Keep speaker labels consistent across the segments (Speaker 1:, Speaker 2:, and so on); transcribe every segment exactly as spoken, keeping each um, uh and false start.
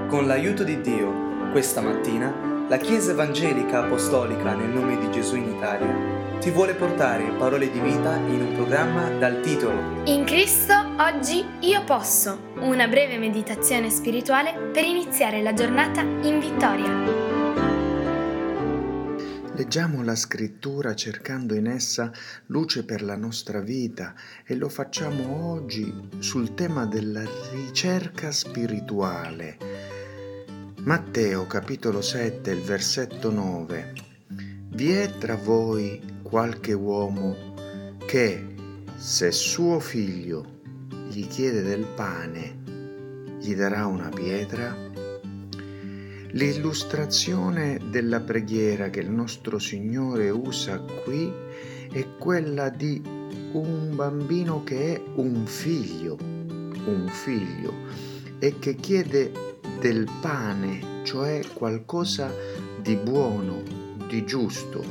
Speaker 1: Con l'aiuto di Dio, questa mattina, la Chiesa Evangelica Apostolica nel nome di Gesù in Italia ti vuole portare parole di vita in un programma dal titolo
Speaker 2: In Cristo oggi io posso, una breve meditazione spirituale per iniziare la giornata in vittoria.
Speaker 3: Leggiamo la scrittura cercando in essa luce per la nostra vita e lo facciamo oggi sul tema della ricerca spirituale. Matteo capitolo sette, il versetto nove. Vi è tra voi qualche uomo che, se suo figlio gli chiede del pane, gli darà una pietra? L'illustrazione della preghiera che il nostro Signore usa qui è quella di un bambino che è un figlio, un figlio, e che chiede del pane, cioè qualcosa di buono, di giusto.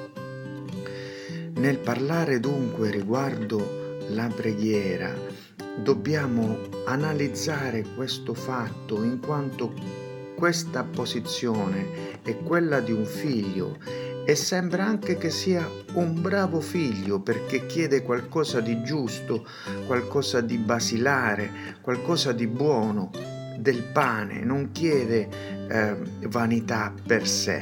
Speaker 3: Nel parlare dunque riguardo la preghiera, dobbiamo analizzare questo fatto in quanto questa posizione è quella di un figlio e sembra anche che sia un bravo figlio perché chiede qualcosa di giusto, qualcosa di basilare, qualcosa di buono, del pane, non chiede eh, vanità per sé.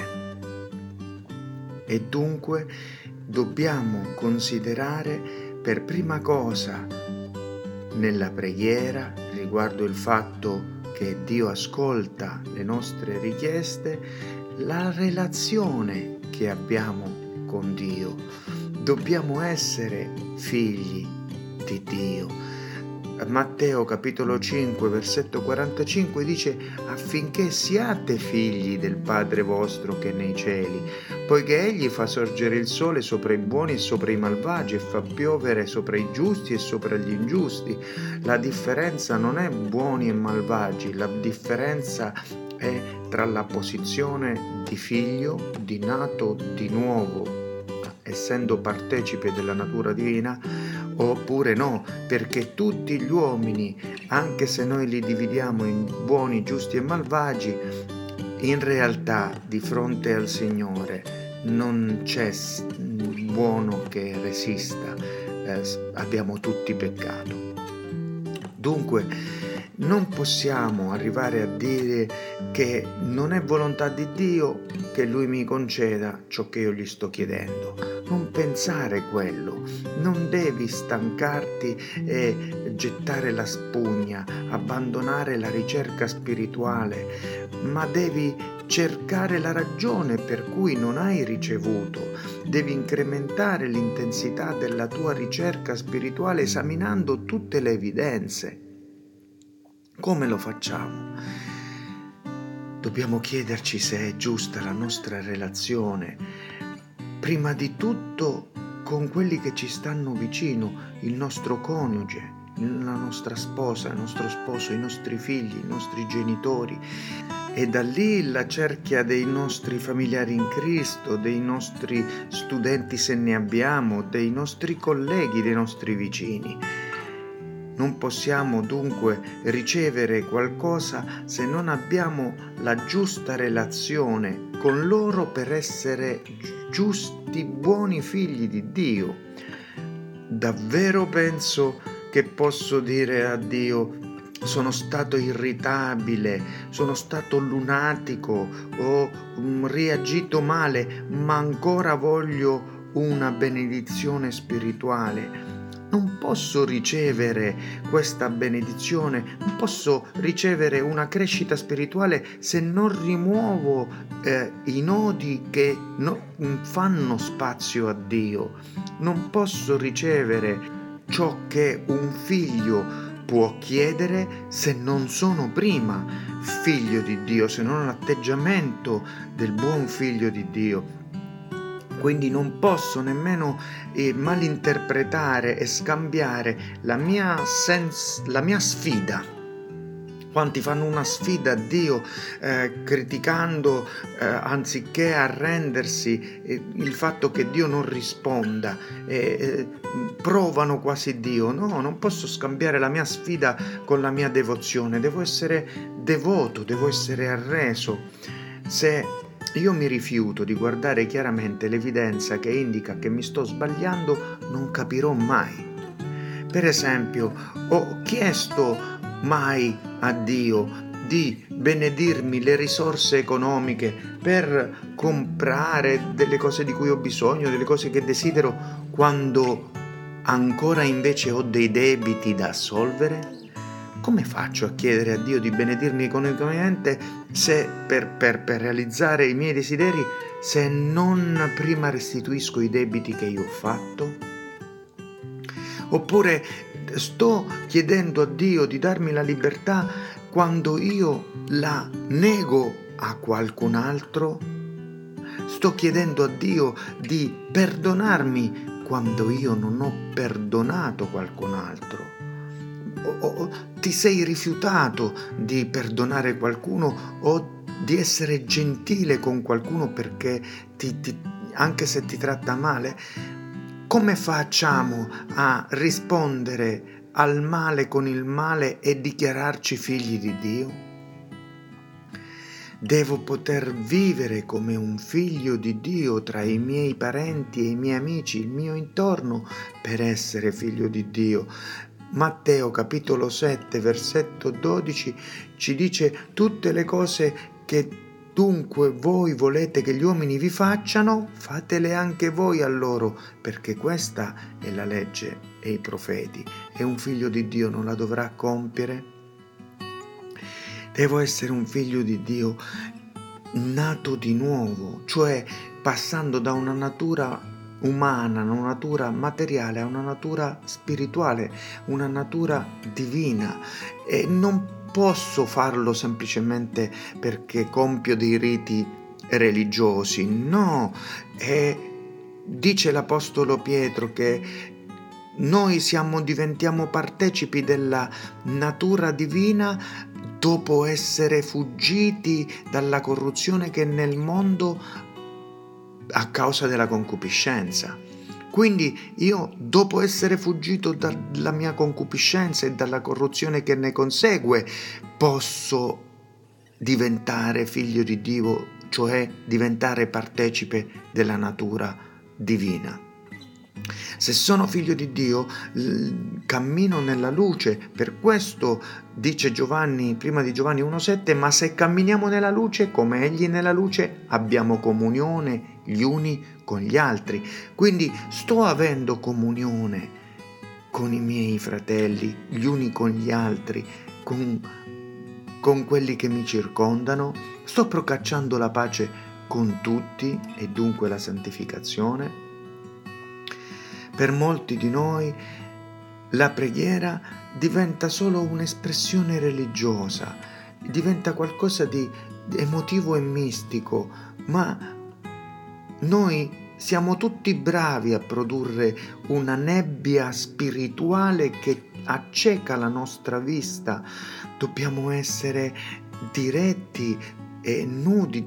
Speaker 3: E dunque dobbiamo considerare per prima cosa nella preghiera riguardo il fatto che Dio ascolta le nostre richieste, la relazione che abbiamo con Dio. Dobbiamo essere figli di Dio. Matteo capitolo cinque versetto quarantacinque dice: affinché siate figli del Padre vostro che è nei cieli, poiché egli fa sorgere il sole sopra i buoni e sopra i malvagi e fa piovere sopra i giusti e sopra gli ingiusti. La differenza non è buoni e malvagi, la differenza è tra la posizione di figlio, di nato di nuovo, essendo partecipe della natura divina, oppure no, perché tutti gli uomini, anche se noi li dividiamo in buoni, giusti e malvagi, in realtà di fronte al Signore non c'è buono che resista, eh, abbiamo tutti peccato. Dunque non possiamo arrivare a dire che non è volontà di Dio che Lui mi conceda ciò che io gli sto chiedendo. Non pensare quello, non devi stancarti e gettare la spugna, abbandonare la ricerca spirituale, ma devi cercare la ragione per cui non hai ricevuto. Devi incrementare l'intensità della tua ricerca spirituale esaminando tutte le evidenze. Come lo facciamo? Dobbiamo chiederci se è giusta la nostra relazione, prima di tutto con quelli che ci stanno vicino, il nostro coniuge, la nostra sposa, il nostro sposo, i nostri figli, i nostri genitori, e da lì la cerchia dei nostri familiari in Cristo, dei nostri studenti se ne abbiamo, dei nostri colleghi, dei nostri vicini. Non possiamo dunque ricevere qualcosa se non abbiamo la giusta relazione con loro per essere giusti, buoni figli di Dio. Davvero penso che posso dire a Dio: sono stato irritabile, sono stato lunatico, ho reagito male, ma ancora voglio una benedizione spirituale. Non posso ricevere questa benedizione, non posso ricevere una crescita spirituale se non rimuovo eh, i nodi che no, fanno spazio a Dio. Non posso ricevere ciò che un figlio può chiedere se non sono prima figlio di Dio, se non l'atteggiamento del buon figlio di Dio. Quindi non posso nemmeno eh, malinterpretare e scambiare la mia, sens- la mia sfida Quanti fanno una sfida a Dio eh, criticando eh, anziché arrendersi eh, il fatto che Dio non risponda, eh, eh, provano quasi Dio. No, non posso scambiare la mia sfida con la mia devozione, devo essere devoto, devo essere arreso. Se io mi rifiuto di guardare chiaramente l'evidenza che indica che mi sto sbagliando, non capirò mai. Per esempio, ho chiesto mai a Dio di benedirmi le risorse economiche per comprare delle cose di cui ho bisogno, delle cose che desidero, quando ancora invece ho dei debiti da assolvere? Come faccio a chiedere a Dio di benedirmi economicamente se per, per, per realizzare i miei desideri, se non prima restituisco i debiti che io ho fatto? Oppure sto chiedendo a Dio di darmi la libertà quando io la nego a qualcun altro? Sto chiedendo a Dio di perdonarmi quando io non ho perdonato qualcun altro? O, o ti sei rifiutato di perdonare qualcuno o di essere gentile con qualcuno perché ti, ti, anche se ti tratta male? Come facciamo a rispondere al male con il male e dichiararci figli di Dio? Devo poter vivere come un figlio di Dio tra i miei parenti e i miei amici, il mio intorno, per essere figlio di Dio. Matteo capitolo sette, versetto dodici ci dice: tutte le cose che dunque voi volete che gli uomini vi facciano, fatele anche voi a loro, perché questa è la legge e i profeti, e un figlio di Dio non la dovrà compiere? Devo essere un figlio di Dio nato di nuovo, cioè passando da una natura umana, una natura materiale a una natura spirituale, una natura divina, e non posso farlo semplicemente perché compio dei riti religiosi, no. E dice l'Apostolo Pietro che noi siamo, diventiamo partecipi della natura divina dopo essere fuggiti dalla corruzione che è nel mondo a causa della concupiscenza. Quindi io, dopo essere fuggito dalla mia concupiscenza e dalla corruzione che ne consegue, posso diventare figlio di Dio, cioè diventare partecipe della natura divina. Se sono figlio di Dio, cammino nella luce. Per questo dice Giovanni, prima di Giovanni uno sette, ma se camminiamo nella luce come Egli nella luce, abbiamo comunione gli uni con gli altri. Quindi sto avendo comunione con i miei fratelli, gli uni con gli altri, con, con quelli che mi circondano. Sto procacciando la pace con tutti e dunque la santificazione. Per molti di noi la preghiera diventa solo un'espressione religiosa, diventa qualcosa di emotivo e mistico, ma noi siamo tutti bravi a produrre una nebbia spirituale che acceca la nostra vista. Dobbiamo essere diretti e nudi,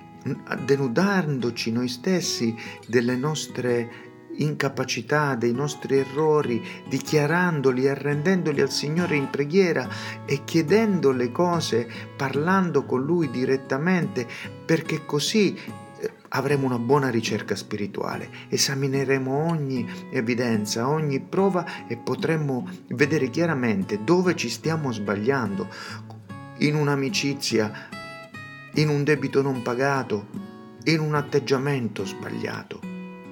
Speaker 3: denudandoci noi stessi delle nostre incapacità, dei nostri errori, dichiarandoli e rendendoli al Signore in preghiera e chiedendo le cose, parlando con Lui direttamente, perché così avremo una buona ricerca spirituale, esamineremo ogni evidenza, ogni prova e potremo vedere chiaramente dove ci stiamo sbagliando, in un'amicizia, in un debito non pagato, in un atteggiamento sbagliato.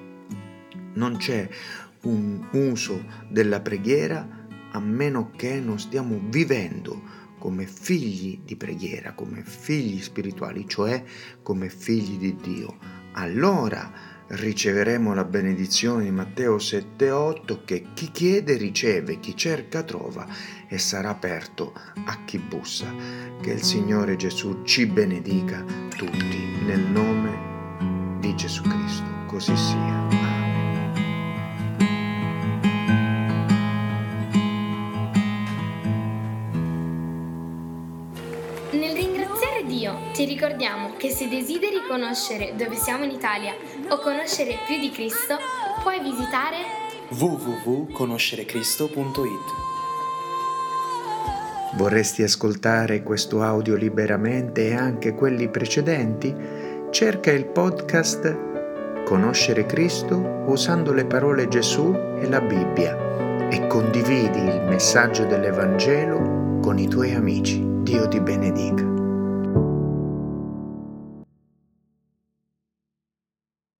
Speaker 3: Non c'è un uso della preghiera a meno che non stiamo vivendo come figli di preghiera, come figli spirituali, cioè come figli di Dio. Allora riceveremo la benedizione di Matteo sette otto, che chi chiede riceve, chi cerca trova e sarà aperto a chi bussa. Che il Signore Gesù ci benedica tutti nel nome di Gesù Cristo. Così sia. Amen.
Speaker 2: amare Dio, ti ricordiamo che se desideri conoscere dove siamo in Italia o conoscere più di Cristo, puoi visitare
Speaker 1: w w w punto conoscere cristo punto it.
Speaker 3: Vorresti ascoltare questo audio liberamente e anche quelli precedenti? Cerca il podcast Conoscere Cristo usando le parole Gesù e la Bibbia e condividi il messaggio dell'Evangelo con i tuoi amici. Dio ti benedica.